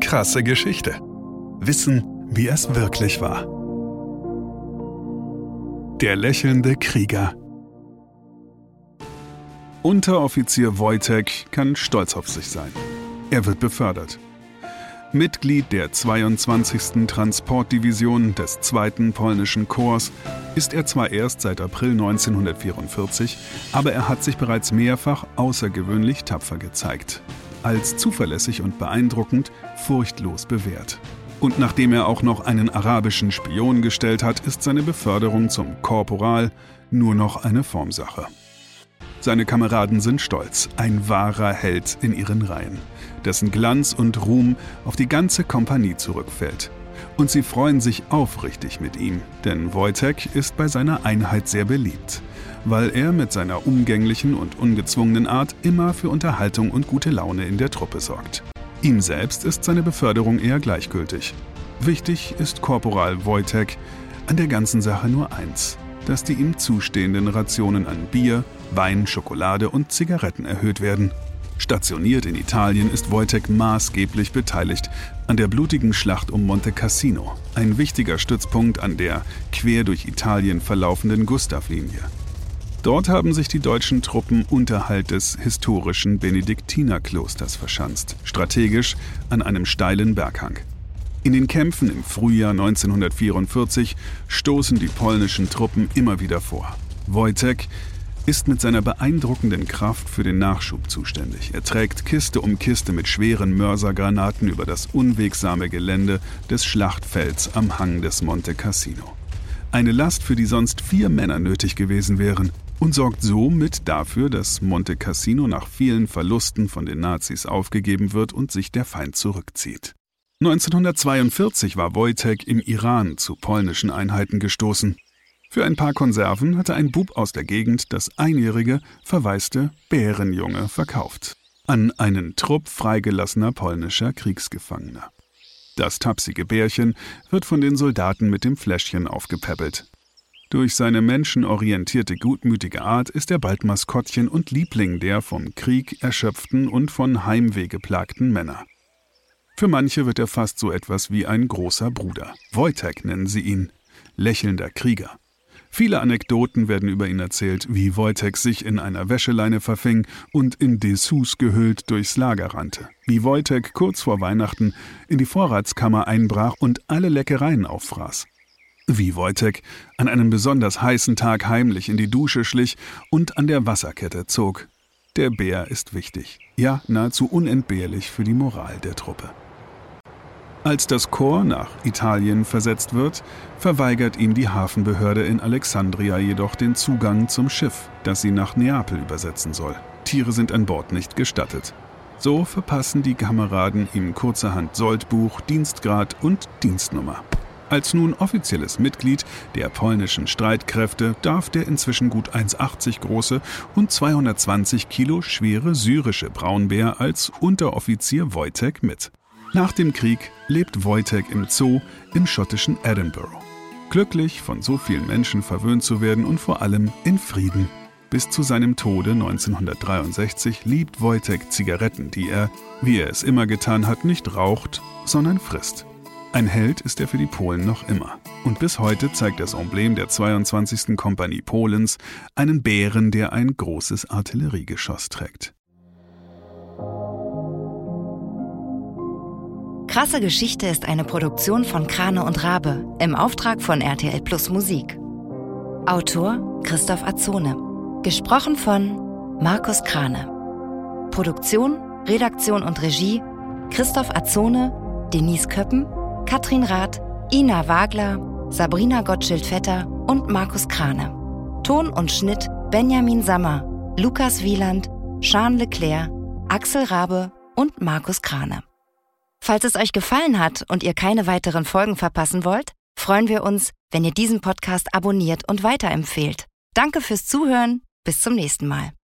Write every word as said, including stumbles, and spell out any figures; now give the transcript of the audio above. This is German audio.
Krasse Geschichte. Wissen, wie es wirklich war. Der lächelnde Krieger. Unteroffizier Wojtek kann stolz auf sich sein. Er wird befördert. Mitglied der zweiundzwanzigsten Transportdivision des zweiten polnischen Korps ist er zwar erst seit April neunzehnhundertvierundvierzig, aber er hat sich bereits mehrfach außergewöhnlich tapfer gezeigt. Als zuverlässig und beeindruckend, furchtlos bewährt. Und nachdem er auch noch einen arabischen Spion gestellt hat, ist seine Beförderung zum Korporal nur noch eine Formsache. Seine Kameraden sind stolz, ein wahrer Held in ihren Reihen, dessen Glanz und Ruhm auf die ganze Kompanie zurückfällt. Und sie freuen sich aufrichtig mit ihm, denn Wojtek ist bei seiner Einheit sehr beliebt, weil er mit seiner umgänglichen und ungezwungenen Art immer für Unterhaltung und gute Laune in der Truppe sorgt. Ihm selbst ist seine Beförderung eher gleichgültig. Wichtig ist Korporal Wojtek an der ganzen Sache nur eins, dass die ihm zustehenden Rationen an Bier, Wein, Schokolade und Zigaretten erhöht werden. Stationiert in Italien ist Wojtek maßgeblich beteiligt an der blutigen Schlacht um Monte Cassino, ein wichtiger Stützpunkt an der quer durch Italien verlaufenden Gustav-Linie. Dort haben sich die deutschen Truppen unterhalb des historischen Benediktinerklosters verschanzt, strategisch an einem steilen Berghang. In den Kämpfen im Frühjahr neunzehnhundertvierundvierzig stoßen die polnischen Truppen immer wieder vor. Wojtek ist mit seiner beeindruckenden Kraft für den Nachschub zuständig. Er trägt Kiste um Kiste mit schweren Mörsergranaten über das unwegsame Gelände des Schlachtfelds am Hang des Monte Cassino. Eine Last, für die sonst vier Männer nötig gewesen wären, und sorgt so mit dafür, dass Monte Cassino nach vielen Verlusten von den Nazis aufgegeben wird und sich der Feind zurückzieht. neunzehnhundertzweiundvierzig war Wojtek im Iran zu polnischen Einheiten gestoßen. Für ein paar Konserven hatte ein Bub aus der Gegend das einjährige, verwaiste Bärenjunge verkauft. An einen Trupp freigelassener polnischer Kriegsgefangener. Das tapsige Bärchen wird von den Soldaten mit dem Fläschchen aufgepäppelt. Durch seine menschenorientierte, gutmütige Art ist er bald Maskottchen und Liebling der vom Krieg erschöpften und von Heimweh geplagten Männer. Für manche wird er fast so etwas wie ein großer Bruder. Wojtek nennen sie ihn, lächelnder Krieger. Viele Anekdoten werden über ihn erzählt, wie Wojtek sich in einer Wäscheleine verfing und in Dessous gehüllt durchs Lager rannte. Wie Wojtek kurz vor Weihnachten in die Vorratskammer einbrach und alle Leckereien auffraß. Wie Wojtek an einem besonders heißen Tag heimlich in die Dusche schlich und an der Wasserkette zog. Der Bär ist wichtig, ja nahezu unentbehrlich für die Moral der Truppe. Als das Korps nach Italien versetzt wird, verweigert ihm die Hafenbehörde in Alexandria jedoch den Zugang zum Schiff, das sie nach Neapel übersetzen soll. Tiere sind an Bord nicht gestattet. So verpassen die Kameraden ihm kurzerhand Soldbuch, Dienstgrad und Dienstnummer. Als nun offizielles Mitglied der polnischen Streitkräfte darf der inzwischen gut eins Komma achtzig große und zweihundertzwanzig Kilo schwere syrische Braunbär als Unteroffizier Wojtek mit. Nach dem Krieg lebt Wojtek im Zoo im schottischen Edinburgh. Glücklich, von so vielen Menschen verwöhnt zu werden und vor allem in Frieden. Bis zu seinem Tode neunzehnhundertdreiundsechzig liebt Wojtek Zigaretten, die er, wie er es immer getan hat, nicht raucht, sondern frisst. Ein Held ist er für die Polen noch immer. Und bis heute zeigt das Emblem der zweiundzwanzigsten Kompanie Polens einen Bären, der ein großes Artilleriegeschoss trägt. Krasse Geschichte ist eine Produktion von Krane und Rabe im Auftrag von R T L Plus Musik. Autor Christoph Azzone. Gesprochen von Markus Krane. Produktion, Redaktion und Regie Christoph Azzone, Denise Köppen, Katrin Rath, Ina Wagler, Sabrina Gottschild-Vetter und Markus Krane. Ton und Schnitt Benjamin Sammer, Lukas Wieland, Jean Leclerc, Axel Rabe und Markus Krane. Falls es euch gefallen hat und ihr keine weiteren Folgen verpassen wollt, freuen wir uns, wenn ihr diesen Podcast abonniert und weiterempfehlt. Danke fürs Zuhören, bis zum nächsten Mal.